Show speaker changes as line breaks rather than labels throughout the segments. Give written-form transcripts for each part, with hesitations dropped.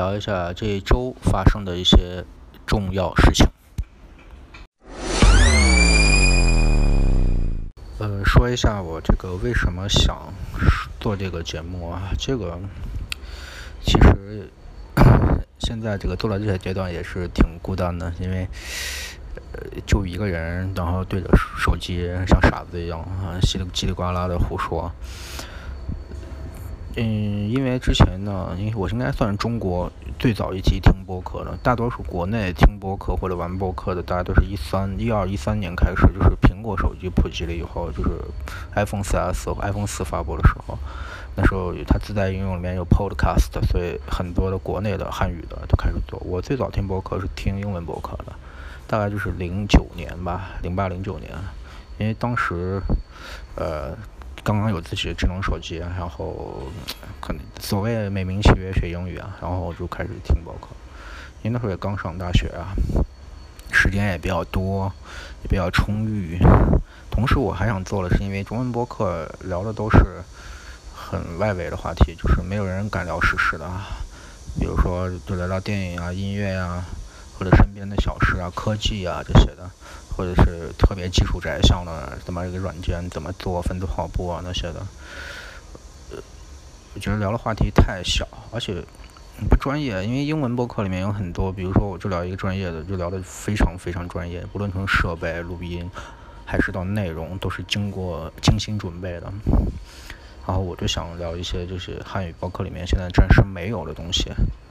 聊一下这一周发生的一些重要事情。说一下我这个为什么想做这个节目啊？这个其实现在这个做到这些阶段也是挺孤单的，因为就一个人，然后对着手机像傻子一样啊，叽里呱啦的胡说。因为之前呢，因为我应该算是中国最早一期听播客的，大多数国内听播客或者玩播客的，大家都是13年开始，就是苹果手机普及了以后，就是 iPhone 4S 和 iPhone 4发布的时候，那时候它自带应用里面有 Podcast， 所以很多的国内的汉语的都开始做。我最早听播客是听英文播客的，大概就是09年吧，08、09年，因为当时刚刚有自己的智能手机，然后可能所谓美名其曰学英语啊，然后我就开始听播客。因为那时候也刚上大学啊，时间也比较多，也比较充裕。同时我还想做的是，因为中文播客聊的都是很外围的话题，就是没有人敢聊时事的啊，比如说就聊聊电影啊、音乐啊，或者身边的小事啊、科技啊这些的，或者是特别技术宅向的，怎么一个软件怎么做分子跑步啊那些的。我觉得聊的话题太小，而且不专业。因为英文播客里面有很多，比如说我就聊一个专业的，就聊得非常非常专业，不论从设备、录音还是到内容，都是经过精心准备的。然后我就想聊一些就是汉语播客里面现在暂时没有的东西。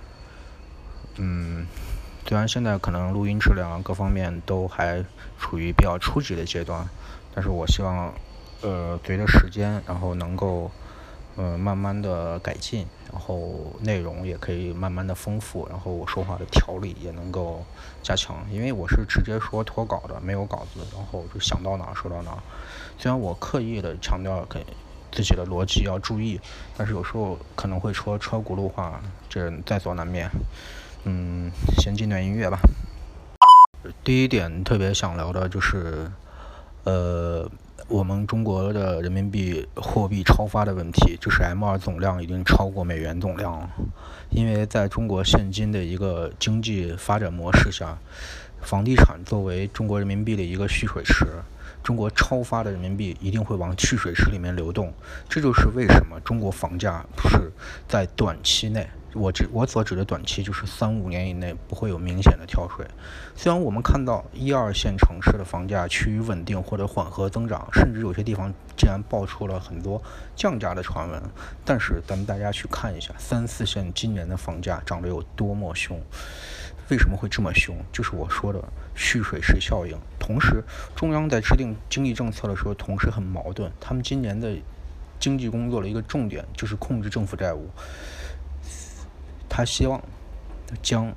虽然现在可能录音质量各方面都还处于比较初级的阶段，但是我希望随着时间，然后能够慢慢的改进，然后内容也可以慢慢的丰富，然后我说话的条理也能够加强。因为我是直接说脱稿的，没有稿子，然后就想到哪说到哪。虽然我刻意的强调自己的逻辑要注意，但是有时候可能会说车轱辘话，这在所难免。先进段音乐吧。第一点特别想聊的就是我们中国的人民币货币超发的问题，就是 M2 总量已经超过美元总量了。因为在中国现今的一个经济发展模式下，房地产作为中国人民币的一个蓄水池，中国超发的人民币一定会往蓄水池里面流动。这就是为什么中国房价不是在短期内，我所指的短期就是3-5年以内不会有明显的跳水。虽然我们看到1、2线城市的房价趋于稳定或者缓和增长，甚至有些地方竟然爆出了很多降价的传闻，但是咱们大家去看一下3、4线今年的房价涨得有多么凶。为什么会这么凶？就是我说的蓄水池效应。同时中央在制定经济政策的时候同时很矛盾，他们今年的经济工作的一个重点就是控制政府债务，他希望将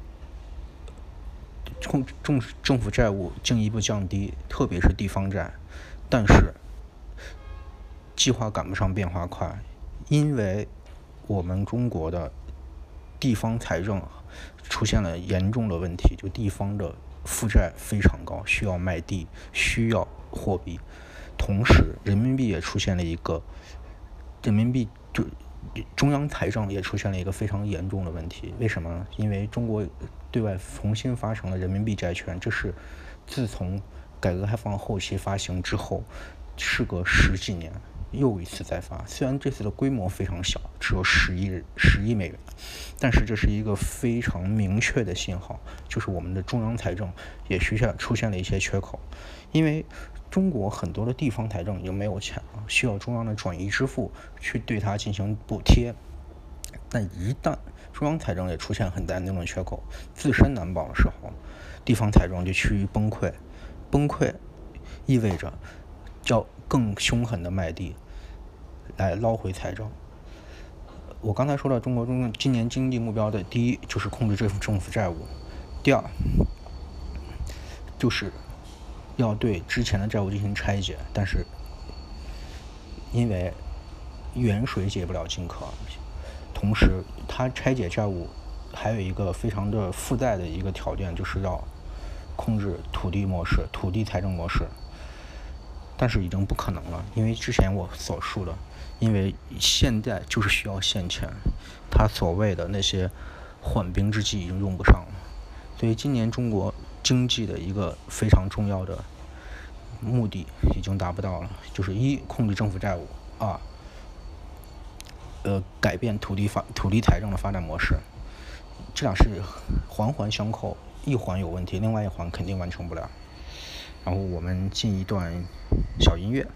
政府债务进一步降低，特别是地方债。但是计划赶不上变化快，因为我们中国的地方财政出现了严重的问题，就地方的负债非常高，需要卖地，需要货币。同时人民币也出现了一个中央财政也出现了一个非常严重的问题。为什么呢？因为中国对外重新发行了人民币债券，这是自从改革开放后期发行之后，事隔10几年又一次再发。虽然这次的规模非常小，只有10亿美元，但是这是一个非常明确的信号，就是我们的中央财政也出现了一些缺口。因为中国很多的地方财政已经没有钱了，需要中央的转移支付去对它进行补贴。但一旦中央财政也出现很严重的缺口，自身难保的时候，地方财政就趋于崩溃。崩溃意味着要更凶狠的卖地来捞回财政。我刚才说到中国今年经济目标的第一就是控制政府债务，第二就是要对之前的债务进行拆解。但是因为远水解不了近渴，同时它拆解债务还有一个非常的附带的一个条件，就是要控制土地财政模式。但是已经不可能了，因为之前我所述的，因为现在就是需要现钱，他所谓的那些缓兵之计已经用不上了。所以今年中国经济的一个非常重要的目的已经达不到了，就是一，控制政府债务；二，改变土地财政的发展模式。这俩是环环相扣，一环有问题，另外一环肯定完成不了。然后我们进一段小音乐。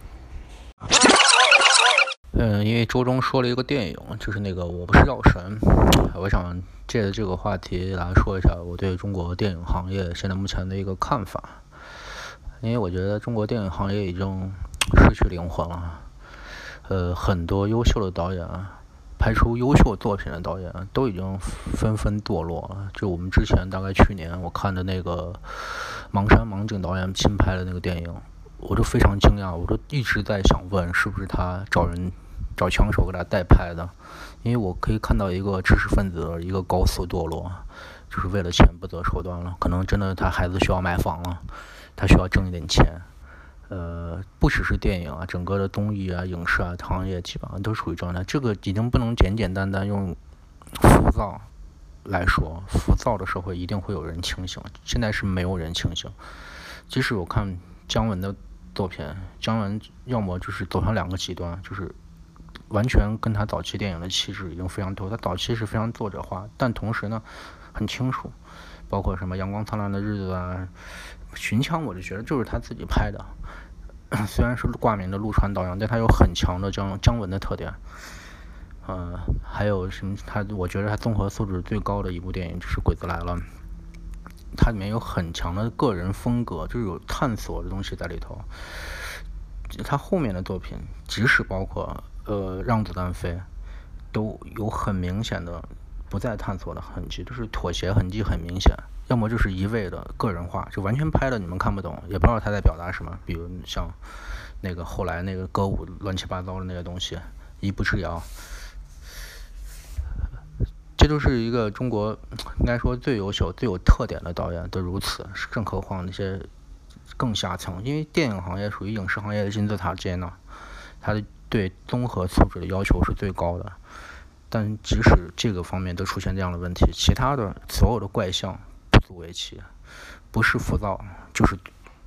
因为周中说了一个电影，就是那个《我不是药神》，我想借着这个话题来说一下我对中国电影行业现在目前的一个看法。因为我觉得中国电影行业已经失去灵魂了，很多优秀的导演拍出优秀作品的导演都已经纷纷堕落了。就我们之前大概去年我看的那个芒山芒景导演新拍的那个电影，我就非常惊讶，我就一直在想问是不是他找枪手给他代拍的。因为我可以看到一个知识分子一个高速堕落，就是为了钱不择手段了，可能真的他孩子需要买房了，他需要挣一点钱。不只是电影整个的综艺影视行业基本上都属于状态。这个已经不能简简单单用浮躁来说，浮躁的社会一定会有人清醒，现在是没有人清醒。即使我看姜文的作品，姜文要么就是走上两个极端，就是完全跟他早期电影的气质已经非常多。他早期是非常作者化，但同时呢很清楚，包括什么阳光灿烂的日子寻枪，我就觉得就是他自己拍的。虽然是挂名的陆川导演，但他有很强的姜文的特点。还有什么？我觉得他综合素质最高的一部电影就是《鬼子来了》，它里面有很强的个人风格，就是有探索的东西在里头。他后面的作品，即使包括让子弹飞，都有很明显的不再探索的痕迹，就是妥协痕迹很明显。要么就是一味的个人化，就完全拍了你们看不懂，也不知道他在表达什么。比如像那个后来那个歌舞乱七八糟的那些东西，一步之遥。这就是一个中国应该说最优秀最有特点的导演都如此，更何况那些更下层。因为电影行业属于影视行业的金字塔尖它对综合素质的要求是最高的。但即使这个方面都出现这样的问题，其他的所有的怪象不足为奇，不是浮躁就是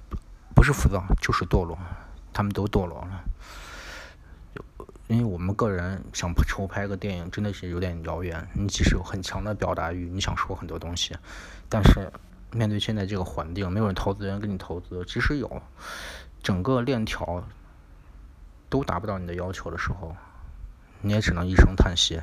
堕落，他们都堕落了。因为我们个人想筹拍个电影真的是有点遥远，你即使有很强的表达欲，你想说很多东西，但是面对现在这个环境，没有人投资人给你投资，即使有整个链条都达不到你的要求的时候，你也只能一声叹息。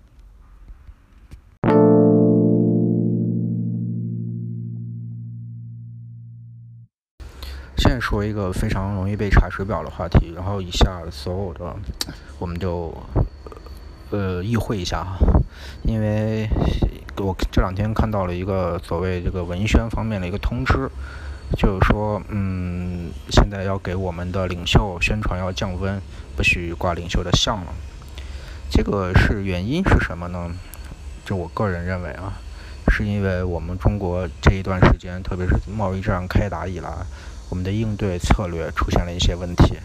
现在说一个非常容易被查水表的话题，然后以下所有的我们就意会一下因为我这两天看到了一个所谓这个文宣方面的一个通知，就是说现在要给我们的领袖宣传要降温，不许挂领袖的像了。这个原因是什么呢？就我个人认为是因为我们中国这一段时间，特别是贸易战开打以来，我们的应对策略出现了一些问题。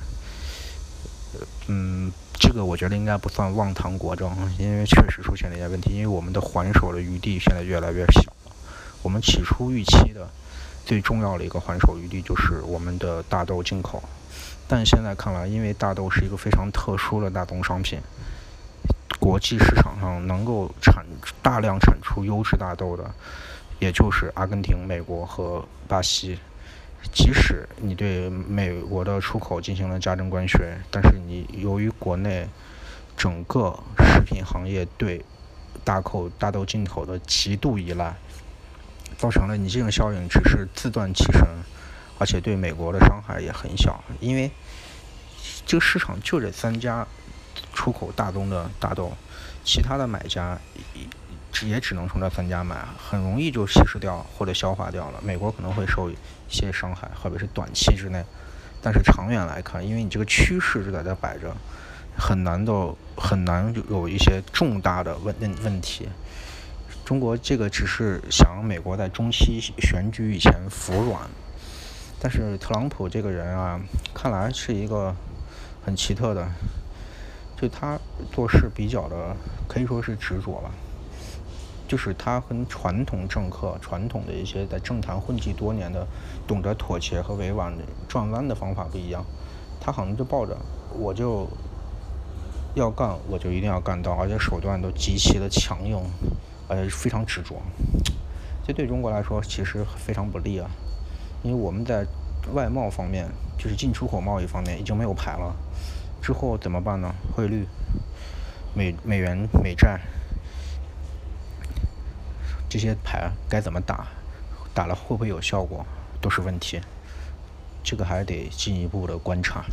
这个我觉得应该不算妄谈国政，因为确实出现了一些问题。因为我们的还手的余地现在越来越小了。我们起初预期的最重要的一个还手余地就是我们的大豆进口，但现在看来，因为大豆是一个非常特殊的大宗商品，国际市场上能够大量产出优质大豆的，也就是阿根廷、美国和巴西。即使你对美国的出口进行了加征关税，但是你由于国内整个食品行业对大豆进口的极度依赖，造成了你这种效应只是自断其身，而且对美国的伤害也很小。因为这个市场就这3家出口大宗的大豆，其他的买家也只能从这3家买，很容易就稀释掉或者消化掉了。美国可能会受一些伤害，特别是短期之内，但是长远来看，因为你这个趋势就在这摆着，很难有一些重大的问题。中国这个只是想美国在中期选举以前服软，但是特朗普这个人看来是一个很奇特的，就他做事比较的可以说是执着吧。 就是他和传统政客、传统的一些在政坛混迹多年的、懂得妥协和委婉转弯的方法不一样。他好像就抱着我就要干，我就一定要干到，而且手段都极其的强硬，而且非常执着。这对中国来说其实非常不利啊，因为我们在外贸方面，就是进出口贸易方面已经没有牌了，之后怎么办呢？汇率、美元、美债这些牌该怎么打，打了会不会有效果，都是问题。这个还得进一步的观察。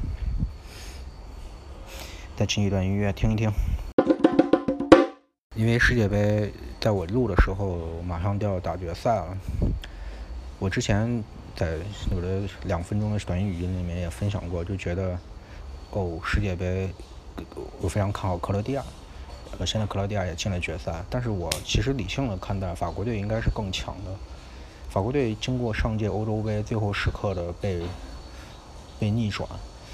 再进一段音乐听一听。因为世界杯在我录的时候马上就要打决赛了，我之前在我的2分钟的短语音里面也分享过，就觉得世界杯我非常看好克罗地亚，现在克罗地亚也进了决赛，但是我其实理性的看待法国队应该是更强的。法国队经过上届欧洲杯最后时刻的被逆转，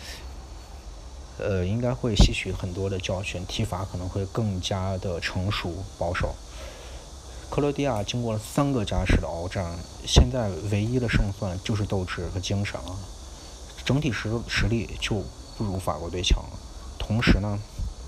应该会吸取很多的教训，踢法可能会更加的成熟保守。克罗地亚经过了3个加时的鏖战，现在唯一的胜算就是斗志和精神了，整体实力就不如法国队强了。同时呢，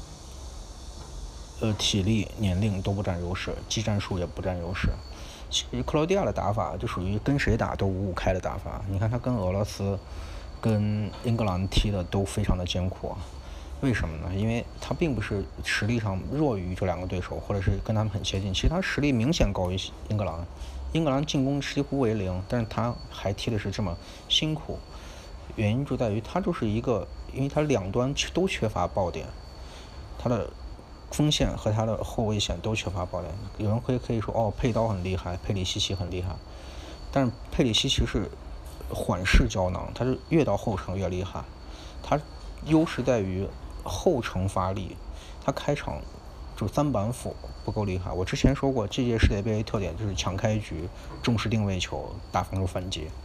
体力、年龄都不占优势，技战术也不占优势。其实克罗地亚的打法就属于跟谁打都五五开的打法。你看他跟俄罗斯、跟英格兰踢的都非常的艰苦，为什么呢？因为他并不是实力上弱于这2个对手，或者是跟他们很接近，其实他实力明显高于英格兰。英格兰进攻几乎为零，但是他还踢的是这么辛苦，原因就在于他就是因为他两端都缺乏爆点，他的锋线和他的后卫线都缺乏爆点。有人可以说佩刀很厉害，佩里西奇很厉害，但是佩里西奇是缓式胶囊，他是越到后程越厉害，他优势在于后程发力，他开场就3板斧不够厉害。我之前说过，这届世界杯特点就是强开局，重视定位球，打防守反击。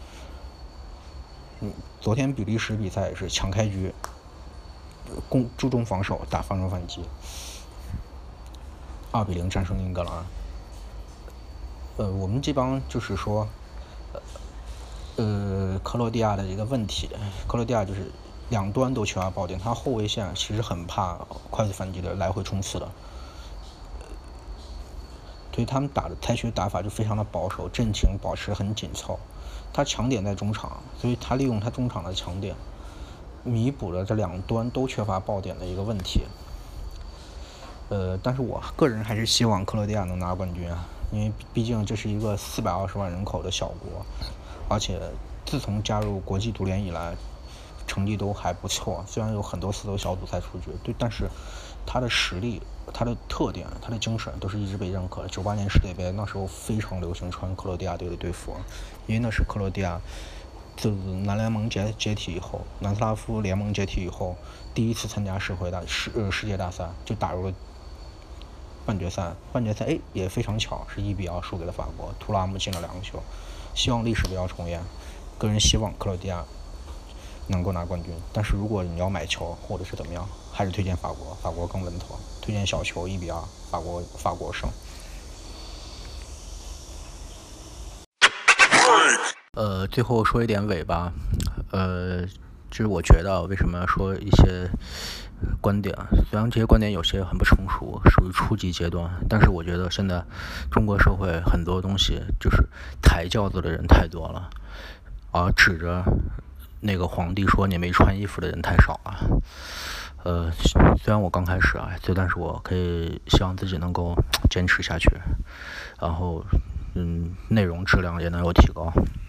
昨天比利时比赛也是强开局，注重防守，打防守反击，2-0战胜英格兰。我们这帮就是说，克罗地亚的一个问题，克罗地亚就是两端都缺乏爆点，他后卫线其实很怕快速反击的来回冲刺的，所以他们采取的打法就非常的保守，阵型保持很紧凑。他强点在中场，所以他利用他中场的强点，弥补了这两端都缺乏爆点的一个问题。但是我个人还是希望克罗地亚能拿冠军啊，因为毕竟这是一个420万人口的小国，而且自从加入国际足联以来，成绩都还不错，虽然有很多次都小组赛出局，但是他的实力、他的特点、他的精神都是一直被认可的。98年世界杯那时候非常流行穿克罗地亚队的队服，因为那是克罗地亚自南联盟解体以后，南斯拉夫联盟解体以后，第一次参加世界大赛，就打入了半决赛也非常巧，是1-2输给了法国，图拉姆进了2个球。希望历史不要重演，个人希望克罗地亚能够拿冠军。但是如果你要买球或者是怎么样，还是推荐法国，法国更稳妥，推荐小球1-2，法国胜。最后说一点尾巴，就是我觉得为什么要说一些观点，虽然这些观点有些很不成熟，属于初级阶段，但是我觉得现在中国社会很多东西就是抬轿子的人太多了，而指着那个皇帝说你没穿衣服的人太少了。虽然我刚开始但是我可以希望自己能够坚持下去，然后内容质量也能有提高。